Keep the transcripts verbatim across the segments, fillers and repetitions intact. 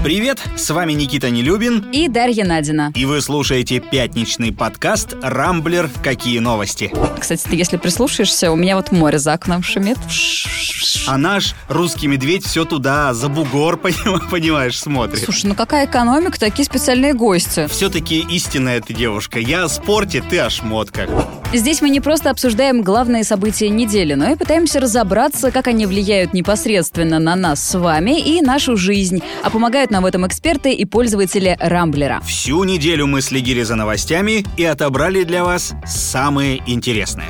Привет, с вами Никита Нелюбин и Дарья Надина. И вы слушаете пятничный подкаст «Рамблер. Какие новости?». Кстати, ты если прислушаешься, у меня вот море за окном шумит. А наш русский медведь все туда, за бугор, понимаешь, смотрит. Слушай, ну какая экономика, такие специальные гости. Все-таки истинная ты девушка. Я о спорте, ты о шмотках. Здесь мы не просто обсуждаем главные события недели, но и пытаемся разобраться, как они влияют непосредственно на нас с вами и нашу жизнь. А помогают нам в этом эксперты и пользователи Рамблера. Всю неделю мы следили за новостями и отобрали для вас самые интересные.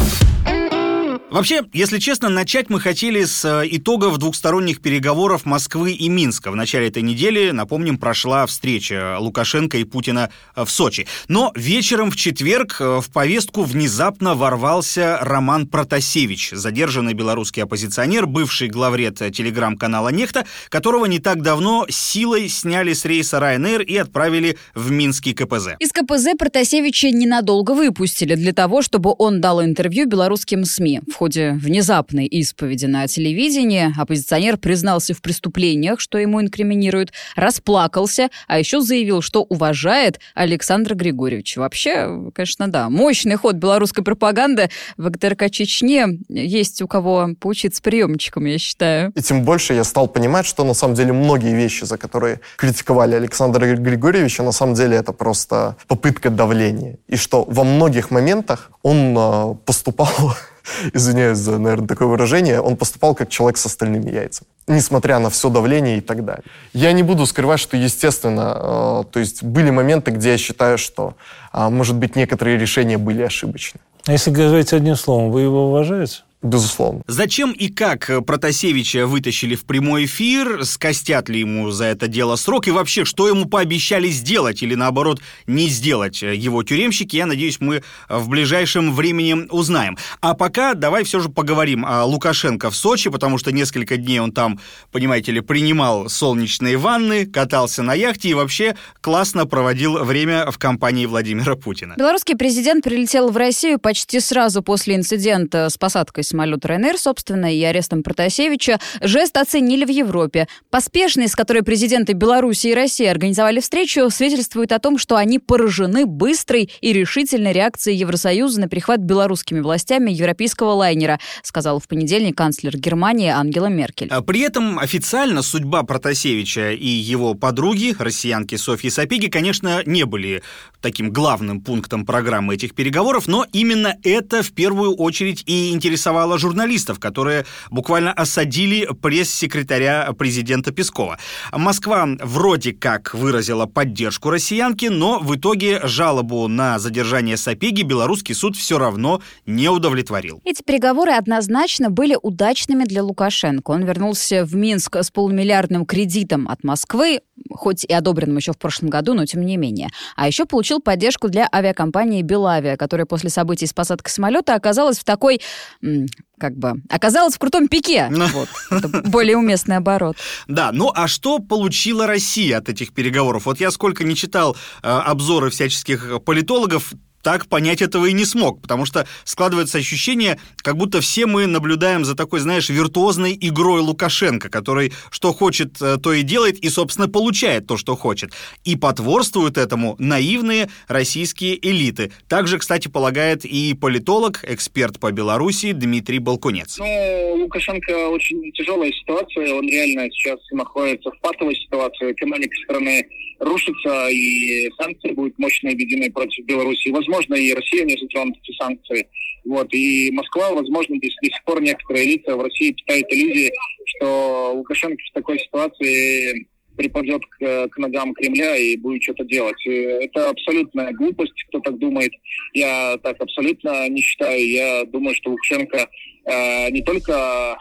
Вообще, если честно, начать мы хотели с итогов двухсторонних переговоров Москвы и Минска. В начале этой недели, напомним, прошла встреча Лукашенко и Путина в Сочи. Но вечером в четверг в повестку внезапно ворвался Роман Протасевич, задержанный белорусский оппозиционер, бывший главред телеграм-канала «Нехта», которого не так давно силой сняли с рейса Ryanair и отправили в Минский ка пэ зэ. Из ка пэ зэ Протасевича ненадолго выпустили для того, чтобы он дал интервью белорусским СМИ. В ходе внезапной исповеди на телевидении оппозиционер признался в преступлениях, что ему инкриминируют, расплакался, а еще заявил, что уважает Александра Григорьевича. Вообще, конечно, да, мощный ход белорусской пропаганды. В ка тэ эр ка Чечне есть у кого поучиться приемчикам, я считаю. И тем больше я стал понимать, что на самом деле многие вещи, за которые критиковали Александра Григорьевича, на самом деле это просто попытка давления. И что во многих моментах он э, поступал... Извиняюсь за, наверное, такое выражение, он поступал как человек с остальными яйцами, несмотря на все давление и так далее. Я не буду скрывать, что, естественно, э, то есть были моменты, где я считаю, что, э, может быть, некоторые решения были ошибочны. А если говорить одним словом, вы его уважаете? Безусловно. Зачем и как Протасевича вытащили в прямой эфир? Скостят ли ему за это дело срок? И вообще, что ему пообещали сделать или, наоборот, не сделать его тюремщики? Я надеюсь, мы в ближайшем времени узнаем. А пока давай все же поговорим о Лукашенко в Сочи, потому что несколько дней он там, понимаете ли, принимал солнечные ванны, катался на яхте и вообще классно проводил время в компании Владимира Путина. Белорусский президент прилетел в Россию почти сразу после инцидента с посадкой самолет Ryanair, собственно, и арестом Протасевича. Жест оценили в Европе. Поспешность, с которой президенты Беларуси и России организовали встречу, свидетельствует о том, что они поражены быстрой и решительной реакцией Евросоюза на перехват белорусскими властями европейского лайнера, сказала в понедельник канцлер Германии Ангела Меркель. При этом официально судьба Протасевича и его подруги, россиянки Софьи Сапеги, конечно, не были таким главным пунктом программы этих переговоров, но именно это в первую очередь и интересовало журналистов, которые буквально осадили пресс-секретаря президента Пескова. Москва вроде как выразила поддержку россиянки, но в итоге жалобу на задержание Сапеги белорусский суд все равно не удовлетворил. Эти переговоры однозначно были удачными для Лукашенко. Он вернулся в Минск с полумиллиардным кредитом от Москвы, хоть и одобренным еще в прошлом году, но тем не менее. А еще получил поддержку для авиакомпании «Белавиа», которая после событий с посадкой самолета оказалась в такой... как бы, оказалась в крутом пике. Вот. Это более уместный оборот. Да, ну а что получила Россия от этих переговоров? Вот я сколько не читал э, обзоры всяческих политологов, так понять этого и не смог, потому что складывается ощущение, как будто все мы наблюдаем за такой, знаешь, виртуозной игрой Лукашенко, который что хочет, то и делает, и, собственно, получает то, что хочет. И потворствуют этому наивные российские элиты. Также, кстати, полагает и политолог, эксперт по Беларуси Дмитрий Балкунец. Ну, Лукашенко очень тяжелая ситуация, он реально сейчас находится в патовой ситуации, экономика страны рушится, и санкции будут мощно введены против Беларуси. Возможно, и Россия не затронут эти санкции. Вот. И Москва, возможно, до, до сих пор некоторые лица в России питают иллюзии, что Лукашенко в такой ситуации припадет к, к ногам Кремля и будет что-то делать. Это абсолютная глупость, кто так думает. Я так абсолютно не считаю. Я думаю, что Лукашенко э, не только э,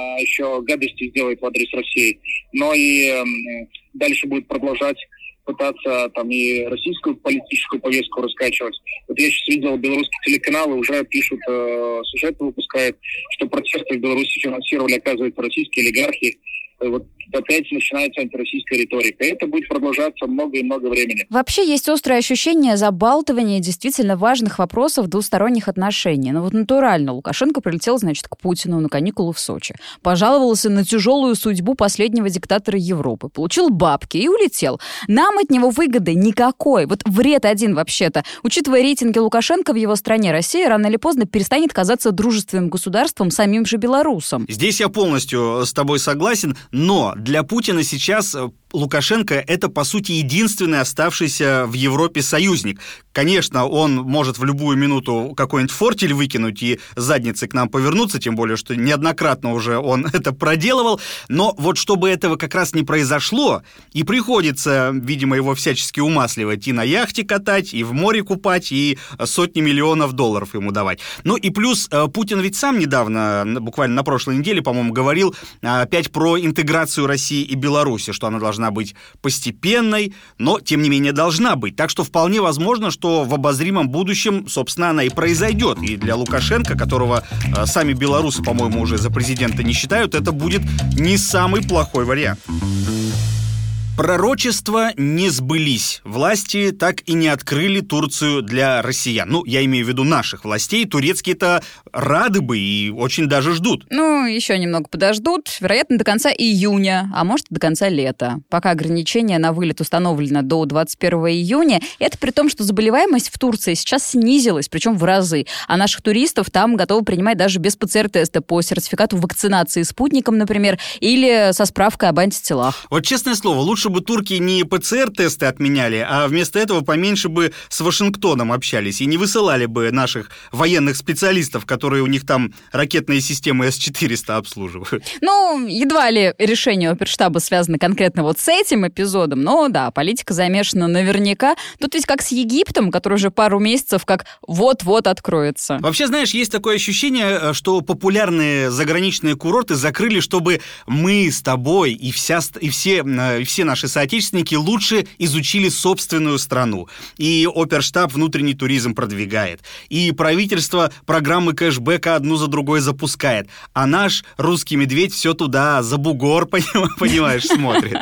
еще гадости сделает в адрес России, но и э, дальше будет продолжать пытаться там и российскую политическую повестку раскачивать. Вот я сейчас видел, белорусские телеканалы уже пишут, э, сюжеты выпускают, что протесты в Беларуси финансировали, оказывается, российские олигархи. Вот опять начинается антироссийская риторика. И это будет продолжаться много и много времени. Вообще есть острое ощущение забалтывания действительно важных вопросов двусторонних отношений. Ну вот натурально Лукашенко прилетел, значит, к Путину на каникулы в Сочи. Пожаловался на тяжелую судьбу последнего диктатора Европы. Получил бабки и улетел. Нам от него выгоды никакой. Вот вред один вообще-то. Учитывая рейтинги Лукашенко в его стране, Россия рано или поздно перестанет казаться дружественным государством самим же белорусам. Здесь я полностью с тобой согласен, но для Путина сейчас Лукашенко – это, по сути, единственный оставшийся в Европе союзник. Конечно, он может в любую минуту какой-нибудь фортель выкинуть и задницей к нам повернуться, тем более, что неоднократно уже он это проделывал, но вот чтобы этого как раз не произошло, и приходится, видимо, его всячески умасливать, и на яхте катать, и в море купать, и сотни миллионов долларов ему давать. Ну и плюс Путин ведь сам недавно, буквально на прошлой неделе, по-моему, говорил опять про интеграцию России и Беларуси, что она должна быть постепенной, но, тем не менее, должна быть. Так что вполне возможно, что в обозримом будущем, собственно, она и произойдет. И для Лукашенко, которого э, сами белорусы, по-моему, уже за президента не считают, это будет не самый плохой вариант. Пророчества не сбылись. Власти так и не открыли Турцию для россиян. Ну, я имею в виду наших властей. Турецкие-то рады бы и очень даже ждут. Ну, еще немного подождут. Вероятно, до конца июня, а может, до конца лета. Пока ограничение на вылет установлено до двадцать первого июня. Это при том, что заболеваемость в Турции сейчас снизилась, причем в разы. А наших туристов там готовы принимать даже без ПЦР-теста по сертификату вакцинации спутником, например, или со справкой об антителах. Вот честное слово, лучше бы турки не ПЦР-тесты отменяли, а вместо этого поменьше бы с Вашингтоном общались и не высылали бы наших военных специалистов, которые у них там ракетные системы эс четыреста обслуживают. Ну, едва ли решение оперштаба связано конкретно вот с этим эпизодом, но да, политика замешана наверняка. Тут ведь как с Египтом, который уже пару месяцев как вот-вот откроется. Вообще, знаешь, есть такое ощущение, что популярные заграничные курорты закрыли, чтобы мы с тобой и, вся, и, все, и все наши соотечественники лучше изучили собственную страну. И оперштаб внутренний туризм продвигает. И правительство программы кэшбэка одну за другой запускает. А наш русский медведь все туда за бугор, понимаешь, смотрит.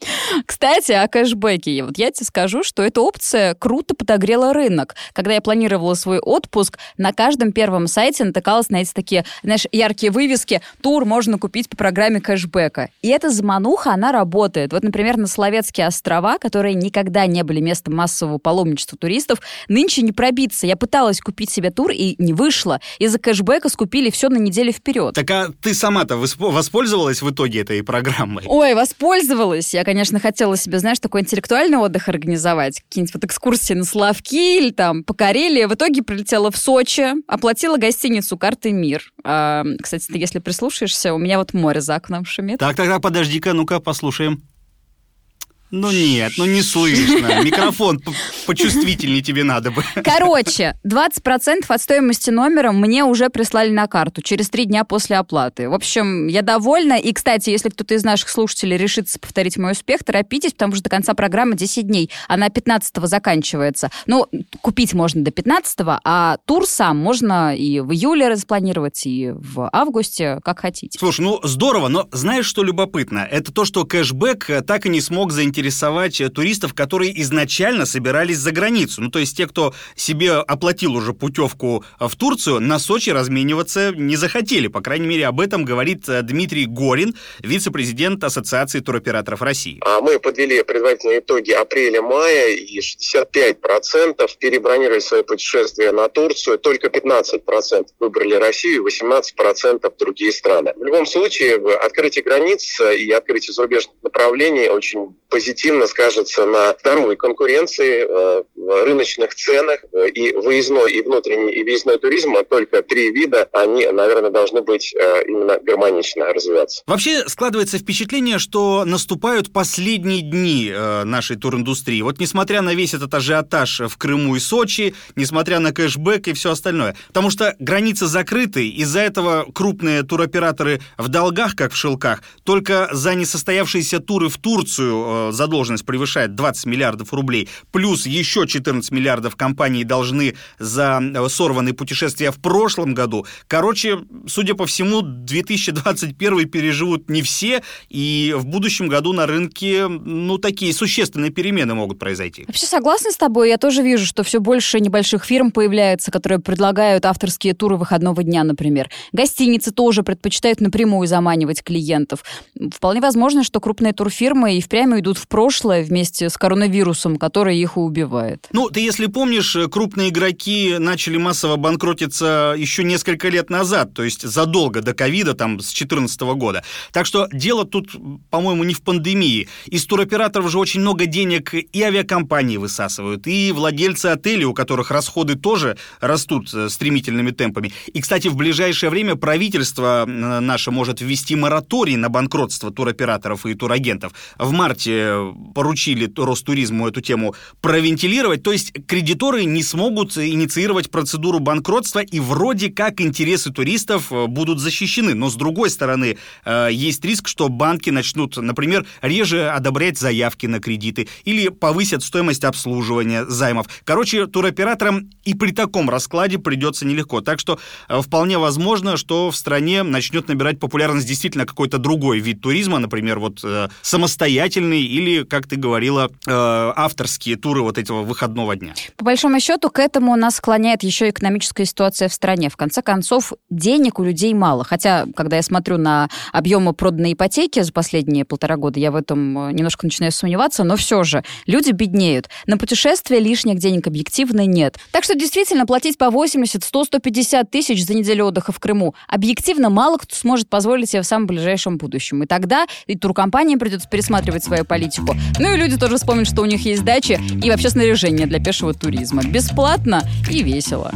Кстати, о кэшбэке. Вот я тебе скажу, что эта опция круто подогрела рынок. Когда я планировала свой отпуск, на каждом первом сайте натыкалась на эти такие, знаешь, яркие вывески «Тур можно купить по программе кэшбэка». И эта замануха, она работает. Вот, например, на Соловецкие острова, которые никогда не были местом массового паломничества туристов, нынче не пробиться. Я пыталась купить себе тур, и не вышло. Из-за кэшбэка скупили все на неделю вперед. Так а ты сама-то воспользовалась в итоге этой программой? Ой, воспользовалась. Я, конечно, хотела себе, знаешь, такой интеллектуальный отдых организовать. Какие-нибудь вот экскурсии на Славки или там по Карелии. В итоге прилетела в Сочи, оплатила гостиницу «Карты Мир». А, кстати, ты, если прислушаешься, у меня вот море за окном шумит. Так, тогда подожди-ка, ну-ка, послушаем. Ну нет, ну не слышно. Микрофон почувствительнее тебе надо бы. Короче, двадцать процентов от стоимости номера мне уже прислали на карту через три дня после оплаты. В общем, я довольна. И, кстати, если кто-то из наших слушателей решится повторить мой успех, торопитесь, потому что до конца программы десять дней. Она пятнадцатого заканчивается. Ну, купить можно до пятнадцатого, а тур сам можно и в июле распланировать, и в августе, как хотите. Слушай, ну здорово, но знаешь, что любопытно? Это то, что кэшбэк так и не смог заинтересовать интересовать туристов, которые изначально собирались за границу. Ну, то есть те, кто себе оплатил уже путевку в Турцию, на Сочи размениваться не захотели. По крайней мере, об этом говорит Дмитрий Горин, вице-президент Ассоциации туроператоров России. Мы подвели предварительные итоги апреля-мая, и шестьдесят пять процентов перебронировали свои путешествия на Турцию, только пятнадцать процентов выбрали Россию, восемнадцать процентов другие страны. В любом случае, открытие границ и открытие зарубежных направлений очень позитивно позитивно скажется на здоровой конкуренции, э, рыночных ценах, э, и выездной, и внутренний, и въездной туризм, а только три вида, они, наверное, должны быть э, именно гармонично развиваться. Вообще складывается впечатление, что наступают последние дни э, нашей туриндустрии. Вот несмотря на весь этот ажиотаж в Крыму и Сочи, несмотря на кэшбэк и все остальное. Потому что границы закрыты, из-за этого крупные туроператоры в долгах, как в шелках, только за несостоявшиеся туры в Турцию э, задолженность превышает двадцать миллиардов рублей, плюс еще четырнадцать миллиардов компании должны за сорванные путешествия в прошлом году. Короче, судя по всему, две тысячи двадцать первый переживут не все, и в будущем году на рынке, ну, такие существенные перемены могут произойти. Вообще согласна с тобой. Я тоже вижу, что все больше небольших фирм появляется, которые предлагают авторские туры выходного дня, например. Гостиницы тоже предпочитают напрямую заманивать клиентов. Вполне возможно, что крупные турфирмы и впрямь идут в прошлое вместе с коронавирусом, который их и убивает. Ну, ты если помнишь, крупные игроки начали массово банкротиться еще несколько лет назад, то есть задолго до ковида, там, с две тысячи четырнадцатого года. Так что дело тут, по-моему, не в пандемии. Из туроператоров же очень много денег и авиакомпании высасывают, и владельцы отелей, у которых расходы тоже растут стремительными темпами. И, кстати, в ближайшее время правительство наше может ввести мораторий на банкротство туроператоров и турагентов. В марте поручили Ростуризму эту тему провентилировать, то есть кредиторы не смогут инициировать процедуру банкротства, и вроде как интересы туристов будут защищены. Но, с другой стороны, есть риск, что банки начнут, например, реже одобрять заявки на кредиты или повысят стоимость обслуживания займов. Короче, туроператорам и при таком раскладе придется нелегко. Так что вполне возможно, что в стране начнет набирать популярность действительно какой-то другой вид туризма, например, вот самостоятельный или, как ты говорила, авторские туры вот этого выходного дня. По большому счету, к этому нас склоняет еще экономическая ситуация в стране. В конце концов, денег у людей мало. Хотя, когда я смотрю на объемы проданной ипотеки за последние полтора года, я в этом немножко начинаю сомневаться, но все же люди беднеют. На путешествия лишних денег объективно нет. Так что действительно платить по восемьдесят, сто, сто пятьдесят тысяч за неделю отдыха в Крыму объективно мало кто сможет позволить себе в самом ближайшем будущем. И тогда и туркомпаниям придется пересматривать свою политику. Ну и люди тоже вспомнят, что у них есть дачи и вообще снаряжение для пешего туризма. Бесплатно и весело.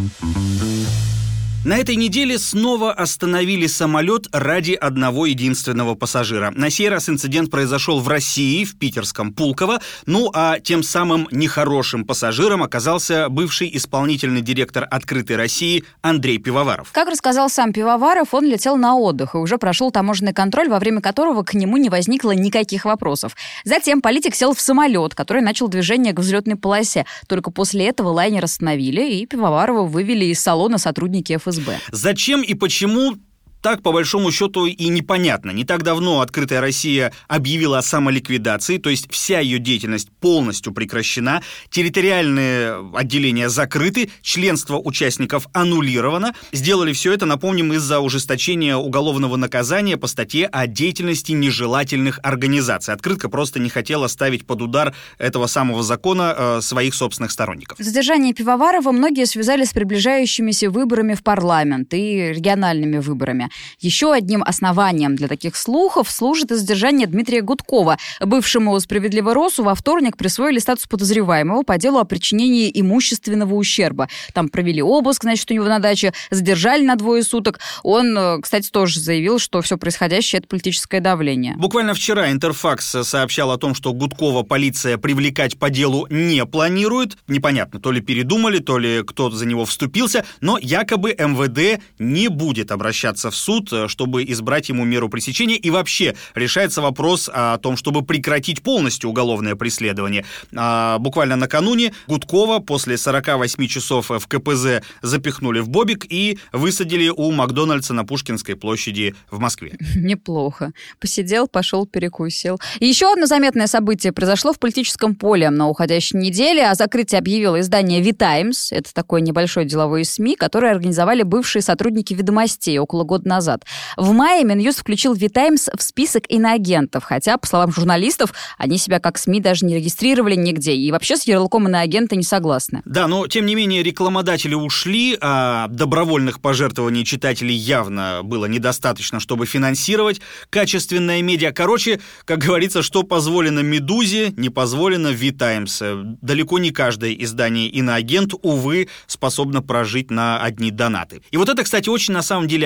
На этой неделе снова остановили самолет ради одного единственного пассажира. На сей раз инцидент произошел в России, в питерском Пулково. Ну а тем самым нехорошим пассажиром оказался бывший исполнительный директор «Открытой России» Андрей Пивоваров. Как рассказал сам Пивоваров, он летел на отдых и уже прошел таможенный контроль, во время которого к нему не возникло никаких вопросов. Затем политик сел в самолет, который начал движение к взлетной полосе. Только после этого лайнер остановили, и Пивоварова вывели из салона сотрудники эф эс бэ. Зачем и почему? Так, по большому счету, и непонятно. Не так давно «Открытая Россия» объявила о самоликвидации, то есть вся ее деятельность полностью прекращена, территориальные отделения закрыты, членство участников аннулировано. Сделали все это, напомним, из-за ужесточения уголовного наказания по статье о деятельности нежелательных организаций. Открытка просто не хотела ставить под удар этого самого закона э, своих собственных сторонников. Задержание Пивоварова многие связали с приближающимися выборами в парламент и региональными выборами. Еще одним основанием для таких слухов служит и задержание Дмитрия Гудкова. Бывшему «Справедливо Росу» во вторник присвоили статус подозреваемого по делу о причинении имущественного ущерба. Там провели обыск, значит, у него на даче, задержали на двое суток. Он, кстати, тоже заявил, что все происходящее – это политическое давление. Буквально вчера Интерфакс сообщал о том, что Гудкова полиция привлекать по делу не планирует. Непонятно, то ли передумали, то ли кто-то за него вступился, но якобы эм вэ дэ не будет обращаться в суд, чтобы избрать ему меру пресечения, и вообще решается вопрос о том, чтобы прекратить полностью уголовное преследование. А, буквально накануне Гудкова после сорока восьми часов в ка пэ зэ запихнули в бобик и высадили у Макдональдса на Пушкинской площади в Москве. Неплохо. Посидел, пошел, перекусил. И еще одно заметное событие произошло в политическом поле на уходящей неделе. О закрытии объявило издание «Ви Таймс». Это такое небольшое деловое СМИ, которое организовали бывшие сотрудники «Ведомостей» около года назад. В мае Минюст включил Ви Таймс в список иноагентов, хотя, по словам журналистов, они себя как СМИ даже не регистрировали нигде, и вообще с ярлыком иноагента не согласны. Да, но, тем не менее, рекламодатели ушли, а добровольных пожертвований читателей явно было недостаточно, чтобы финансировать качественное медиа. Короче, как говорится, что позволено «Медузе», не позволено Ви Таймс. Далеко не каждое издание иноагент, увы, способно прожить на одни донаты. И вот это, кстати, очень на самом деле обидно, потому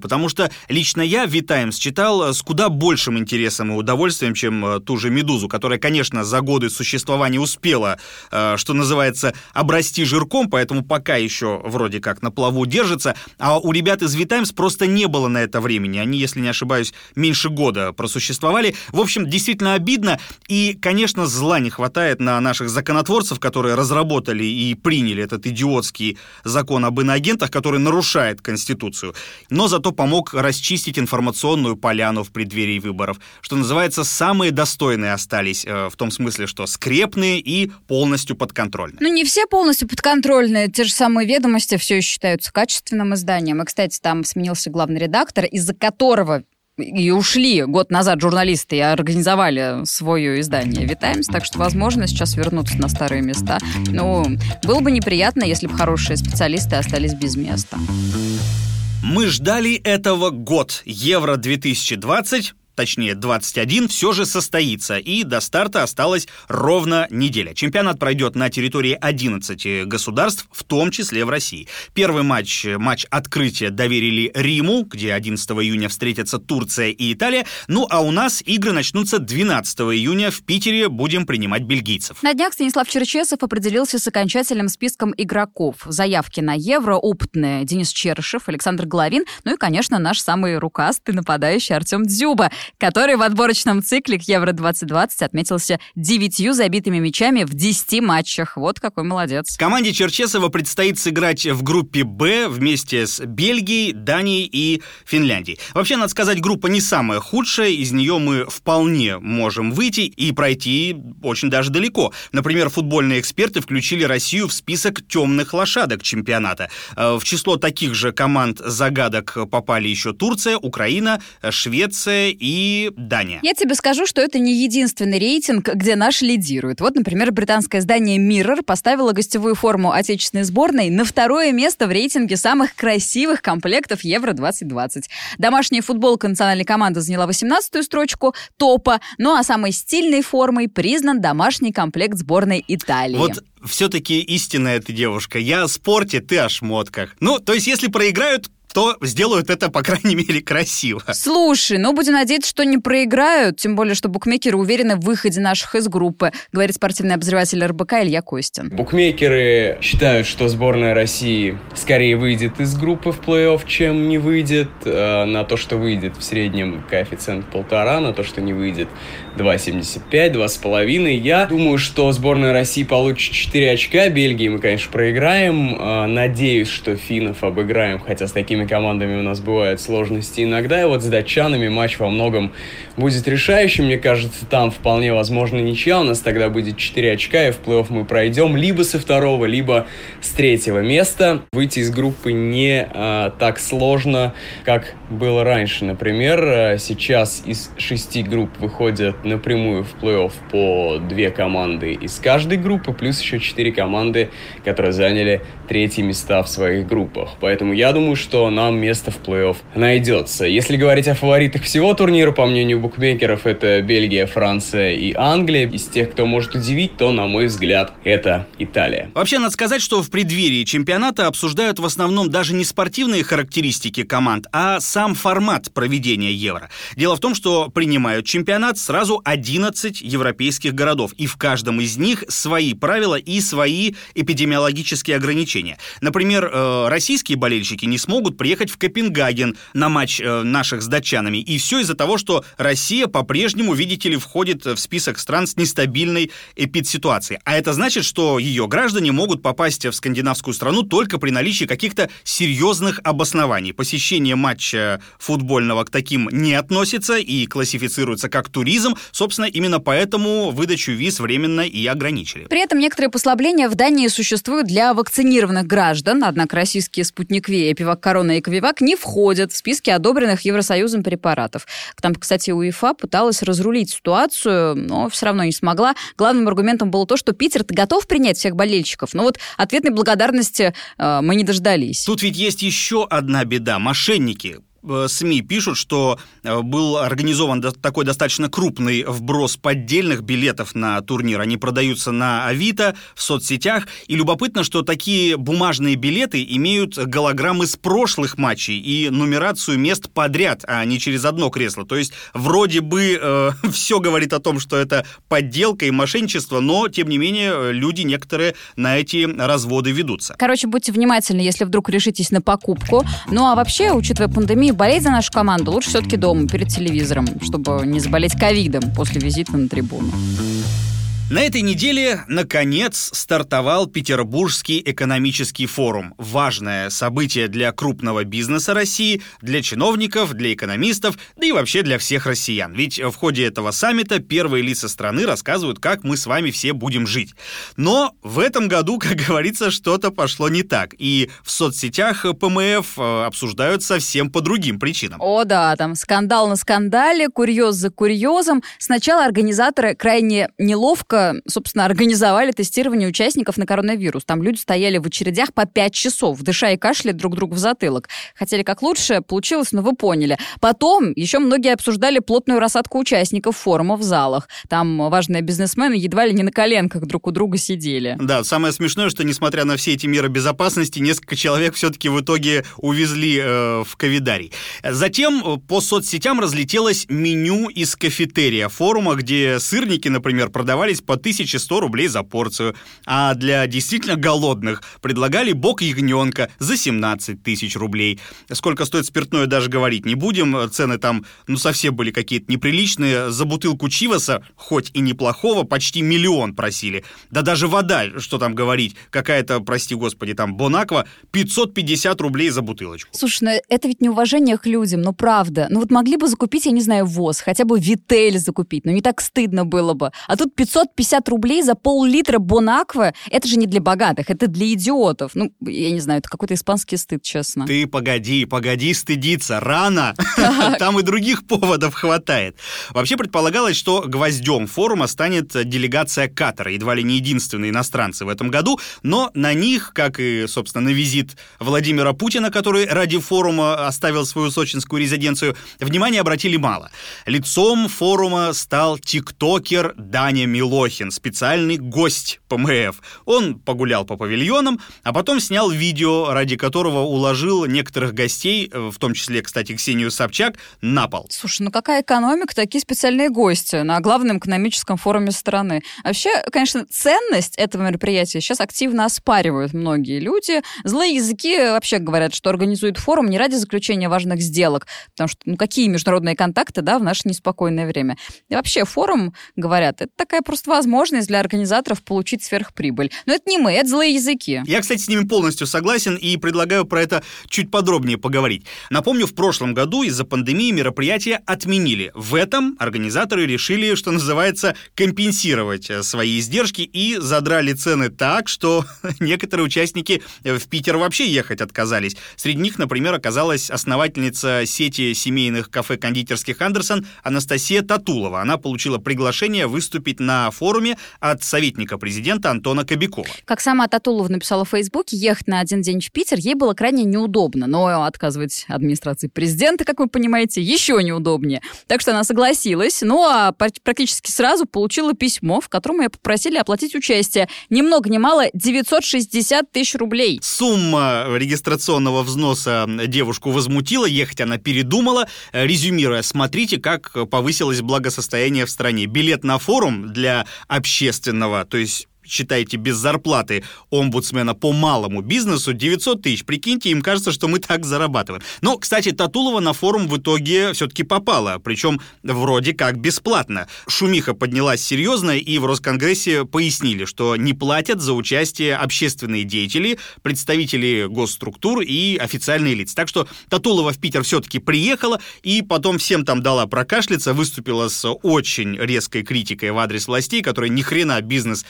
потому что лично я «Ви Таймс» читал с куда большим интересом и удовольствием, чем ту же «Медузу», которая, конечно, за годы существования успела, что называется, обрасти жирком, поэтому пока еще вроде как на плаву держится, а у ребят из «Ви Таймс» просто не было на это времени. Они, если не ошибаюсь, меньше года просуществовали. В общем, действительно обидно, и, конечно, зла не хватает на наших законотворцев, которые разработали и приняли этот идиотский закон об иноагентах, который нарушает Конституцию, но зато помог расчистить информационную поляну в преддверии выборов. Что называется, самые достойные остались, э, в том смысле, что скрепные и полностью подконтрольные. Ну, не все полностью подконтрольные. Те же самые «Ведомости» все еще считаются качественным изданием. И, кстати, там сменился главный редактор, из-за которого и ушли год назад журналисты и организовали свое издание «Ви Таймс», так что, возможно, сейчас вернуться на старые места. Ну, было бы неприятно, если бы хорошие специалисты остались без места. Мы ждали этого год. Евро две тысячи двадцать, точнее двадцать один, все же состоится, и до старта осталась ровно неделя. Чемпионат пройдет на территории одиннадцати государств, в том числе в России. Первый матч, матч открытия доверили Риму, где одиннадцатого июня встретятся Турция и Италия. Ну, а у нас игры начнутся двенадцатого июня. В Питере будем принимать бельгийцев. На днях Станислав Черчесов определился с окончательным списком игроков. Заявки на Евро опытные: Денис Черышев, Александр Головин, ну и, конечно, наш самый рукастый нападающий Артем Дзюба, который в отборочном цикле к Евро двадцать двадцать отметился девятью забитыми мячами в десяти матчах. Вот какой молодец. Команде Черчесова предстоит сыграть в группе «Б» вместе с Бельгией, Данией и Финляндией. Вообще, надо сказать, группа не самая худшая, из нее мы вполне можем выйти и пройти очень даже далеко. Например, футбольные эксперты включили Россию в список темных лошадок чемпионата. В число таких же команд-загадок попали еще Турция, Украина, Швеция и и Дания. Я тебе скажу, что это не единственный рейтинг, где наш лидирует. Вот, например, британское издание Mirror поставило гостевую форму отечественной сборной на второе место в рейтинге самых красивых комплектов Евро двадцать двадцать. Домашняя футболка национальной команды заняла восемнадцатую строчку топа, ну а самой стильной формой признан домашний комплект сборной Италии. Вот все-таки истинная ты девушка. Я о спорте, ты о шмотках. Ну, то есть, если проиграют, то сделают это, по крайней мере, красиво. Слушай, ну будем надеяться, что не проиграют, тем более, что букмекеры уверены в выходе наших из группы, говорит спортивный обозреватель эр бэ ка Илья Костин. Букмекеры считают, что сборная России скорее выйдет из группы в плей-офф, чем не выйдет. На то, что выйдет, в среднем коэффициент полтора, на то, что не выйдет два семьдесят пять, два с половиной. Я думаю, что сборная России получит четыре очка, Бельгии мы, конечно, проиграем. Надеюсь, что финнов обыграем, хотя с такими командами у нас бывают сложности иногда, и вот с датчанами матч во многом будет решающим. Мне кажется, там вполне возможно ничья, у нас тогда будет четыре очка, и в плей-офф мы пройдем либо со второго, либо с третьего места. Выйти из группы не а, так сложно, как было раньше. Например, сейчас из шести групп выходят напрямую в плей-офф по две команды из каждой группы, плюс еще четыре команды, которые заняли третьи места в своих группах. Поэтому я думаю, что нам место в плей-офф найдется. Если говорить о фаворитах всего турнира, по мнению букмекеров, это Бельгия, Франция и Англия. Из тех, кто может удивить, то, на мой взгляд, это Италия. Вообще, надо сказать, что в преддверии чемпионата обсуждают в основном даже не спортивные характеристики команд, а сам формат проведения Евро. Дело в том, что принимают чемпионат сразу одиннадцать европейских городов, и в каждом из них свои правила и свои эпидемиологические ограничения. Например, российские болельщики не смогут приехать в Копенгаген на матч наших с датчанами, и все из-за того, что Россия по-прежнему, видите ли, входит в список стран с нестабильной эпидситуацией. А это значит, что ее граждане могут попасть в скандинавскую страну только при наличии каких-то серьезных обоснований. Посещение матча футбольного к таким не относится и классифицируется как туризм. Собственно, именно поэтому выдачу виз временно и ограничили. При этом некоторые послабления в Дании существуют для вакцинированных граждан, однако российские «Спутник Ви», «Эпивак Корона» и «Ковивак» не входят в списки одобренных Евросоюзом препаратов. Там, кстати, УЕФА пыталась разрулить ситуацию, но все равно не смогла. Главным аргументом было то, что Питер-то готов принять всех болельщиков, но вот ответной благодарности э, мы не дождались. Тут ведь есть еще одна беда – мошенники. СМИ пишут, что был организован такой достаточно крупный вброс поддельных билетов на турнир. Они продаются на Авито, в соцсетях. И любопытно, что такие бумажные билеты имеют голограммы с прошлых матчей и нумерацию мест подряд, а не через одно кресло. То есть вроде бы э, все говорит о том, что это подделка и мошенничество, но, тем не менее, люди некоторые на эти разводы ведутся. Короче, будьте внимательны, если вдруг решитесь на покупку. Ну а вообще, учитывая пандемию, болеть за нашу команду лучше все-таки дома, перед телевизором, чтобы не заболеть ковидом после визита на трибуну. На этой неделе, наконец, стартовал Петербургский экономический форум. Важное событие для крупного бизнеса России, для чиновников, для экономистов, да и вообще для всех россиян. Ведь в ходе этого саммита первые лица страны рассказывают, как мы с вами все будем жить. Но в этом году, как говорится, что-то пошло не так. И в соцсетях ПМФ обсуждают совсем по другим причинам. О да, там скандал на скандале, курьез за курьезом. Сначала организаторы крайне неловко собственно, организовали тестирование участников на коронавирус. Там люди стояли в очередях по пять часов, дыша и кашляя друг другу в затылок. Хотели как лучше, получилось, но вы поняли. Потом еще многие обсуждали плотную рассадку участников форума в залах. Там важные бизнесмены едва ли не на коленках друг у друга сидели. Да, самое смешное, что, несмотря на все эти меры безопасности, несколько человек все-таки в итоге увезли э, в ковидарий. Затем по соцсетям разлетелось меню из кафетерия форума, где сырники, например, продавались по тысяча сто рублей за порцию, а для действительно голодных предлагали бок ягненка за семнадцать тысяч рублей. Сколько стоит спиртное, даже говорить не будем, цены там, ну, совсем были какие-то неприличные. За бутылку чиваса, хоть и неплохого, почти миллион просили. Да даже вода, что там говорить, какая-то, прости господи, там Бонаква, пятьсот пятьдесят рублей за бутылочку. Слушай, ну это ведь неуважение к людям, ну правда. Ну вот могли бы закупить, я не знаю, ВОЗ, хотя бы Витель закупить, ну не так стыдно было бы. А тут пятьсот пятьдесят рублей за пол-литра Бонаквы, это же не для богатых, это для идиотов. Ну, я не знаю, это какой-то испанский стыд, честно. Ты погоди, погоди стыдиться, рано. Там и других поводов хватает. Вообще предполагалось, что гвоздем форума станет делегация Катара, едва ли не единственные иностранцы в этом году, но на них, как и, собственно, на визит Владимира Путина, который ради форума оставил свою сочинскую резиденцию, внимания обратили мало. Лицом форума стал тиктокер Даня Милохин, специальный гость ПМФ. Он погулял по павильонам, а потом снял видео, ради которого уложил некоторых гостей, в том числе, кстати, Ксению Собчак, на пол. Слушай, ну какая экономика, такие специальные гости на главном экономическом форуме страны. Вообще, конечно, ценность этого мероприятия сейчас активно оспаривают многие люди. Злые языки вообще говорят, что организуют форум не ради заключения важных сделок, потому что, ну какие международные контакты, да, в наше неспокойное время. И вообще форум, говорят, это такая просто возможность для организаторов получить сверхприбыль. Но это не мы, это злые языки. Я, кстати, с ними полностью согласен и предлагаю про это чуть подробнее поговорить. Напомню, в прошлом году из-за пандемии мероприятия отменили. В этом организаторы решили, что называется, компенсировать свои издержки и задрали цены так, что некоторые участники в Питер вообще ехать отказались. Среди них, например, оказалась основательница сети семейных кафе-кондитерских «Андерсон» Анастасия Татулова. Она получила приглашение выступить на форуме от советника президента Антона Кобякова. Как сама Татулова написала в Фейсбуке, ехать на один день в Питер ей было крайне неудобно, но отказывать администрации президента, как вы понимаете, еще неудобнее. Так что она согласилась, ну а практически сразу получила письмо, в котором ее попросили оплатить участие. Ни много ни мало девятьсот шестьдесят тысяч рублей. Сумма регистрационного взноса девушку возмутила, ехать она передумала. Резюмируя, смотрите, как повысилось благосостояние в стране. Билет на форум для общественного, то есть считайте, без зарплаты омбудсмена по малому бизнесу девятьсот тысяч. Прикиньте, им кажется, что мы так зарабатываем. Но, кстати, Татулова на форум в итоге все-таки попала, причем вроде как бесплатно. Шумиха поднялась серьезно, и в Росконгрессе пояснили, что не платят за участие общественные деятели, представители госструктур и официальные лица. Так что Татулова в Питер все-таки приехала, и потом всем там дала прокашляться, выступила с очень резкой критикой в адрес властей, которые ни хрена бизнес не поддерживают,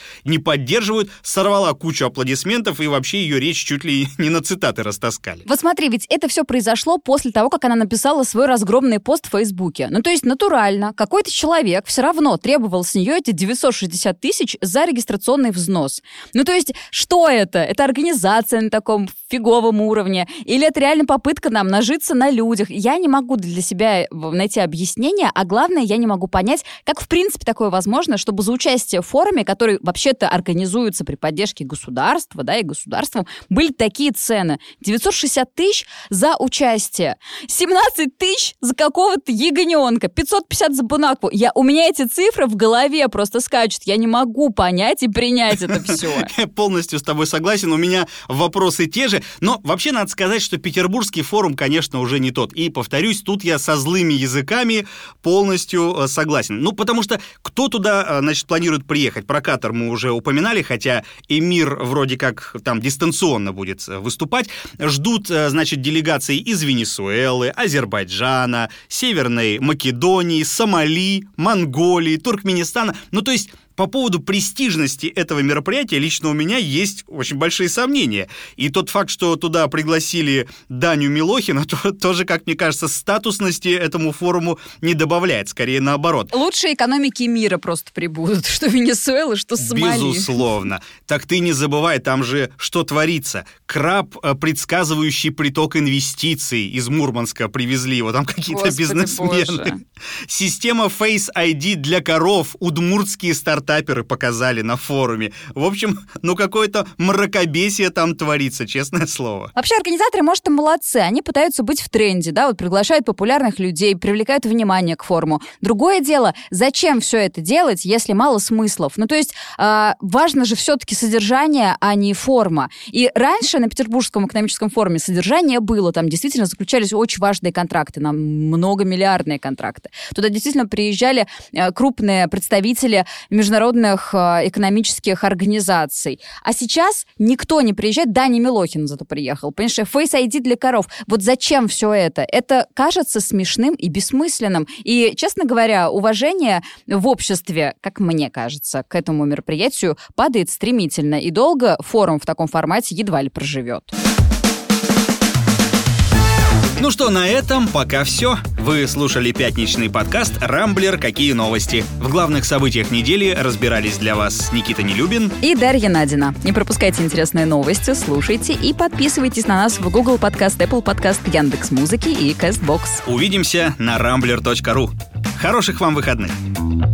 поддерживают, сорвала кучу аплодисментов, и вообще ее речь чуть ли не на цитаты растаскали. Вот смотри, ведь это все произошло после того, как она написала свой разгромный пост в Фейсбуке. Ну, то есть натурально какой-то человек все равно требовал с нее эти девятьсот шестьдесят тысяч за регистрационный взнос. Ну, то есть что это? Это организация на таком фиговом уровне? Или это реально попытка нам нажиться на людях? Я не могу для себя найти объяснение, а главное, я не могу понять, как в принципе такое возможно, чтобы за участие в форуме, который вообще-то организуется при поддержке государства, да, и государством, были такие цены. девятьсот шестьдесят тысяч за участие, семнадцать тысяч за какого-то ягненка, пятьсот пятьдесят за Бонакву. Я, у меня эти цифры в голове просто скачут. Я не могу понять и принять это все. Я полностью с тобой согласен. У меня вопросы те же. Но вообще надо сказать, что Петербургский форум, конечно, уже не тот. И, повторюсь, тут я со злыми языками полностью согласен. Ну, потому что кто туда, значит, планирует приехать? Про Катар мы уже упоминали, хотя эмир вроде как там дистанционно будет выступать. Ждут, значит, делегации из Венесуэлы, Азербайджана, Северной Македонии, Сомали, Монголии, Туркменистана. Ну, то есть по поводу престижности этого мероприятия лично у меня есть очень большие сомнения. И тот факт, что туда пригласили Даню Милохина, то, тоже, как мне кажется, статусности этому форуму не добавляет, скорее наоборот. Лучшие экономики мира просто прибудут, что Венесуэла, что Сомали. Безусловно. Так ты не забывай, там же что творится. Краб, предсказывающий приток инвестиций из Мурманска, привезли его, там какие-то Господи бизнесмены. Боже. Система Face ай ди для коров, удмуртские стартаперы показали на форуме. В общем, ну какое-то мракобесие там творится, честное слово. Вообще организаторы, может, и молодцы. Они пытаются быть в тренде, да, вот приглашают популярных людей, привлекают внимание к форуму. Другое дело, зачем все это делать, если мало смыслов? Ну, то есть э, важно же все-таки содержание, а не форма. И раньше на Петербургском экономическом форуме содержание было, там действительно заключались очень важные контракты, на многомиллиардные контракты. Туда действительно приезжали э, крупные представители международных э, экономических организаций. А сейчас никто не приезжает. Даня Милохин зато приехал. Понимаешь, Face ай ди для коров. Вот зачем все это? Это кажется смешным и бессмысленным. И, честно говоря, уважение в обществе, как мне кажется, к этому мероприятию падает стремительно. И долго форум в таком формате едва ли проживет. Ну что, на этом пока все. Вы слушали пятничный подкаст «Рамблер. Какие новости?». В главных событиях недели разбирались для вас Никита Нелюбин и Дарья Надина. Не пропускайте интересные новости, слушайте и подписывайтесь на нас в Google Подкаст, Apple Подкаст, Яндекс.Музыки и Castbox. Увидимся на рамблер точка ру. Хороших вам выходных!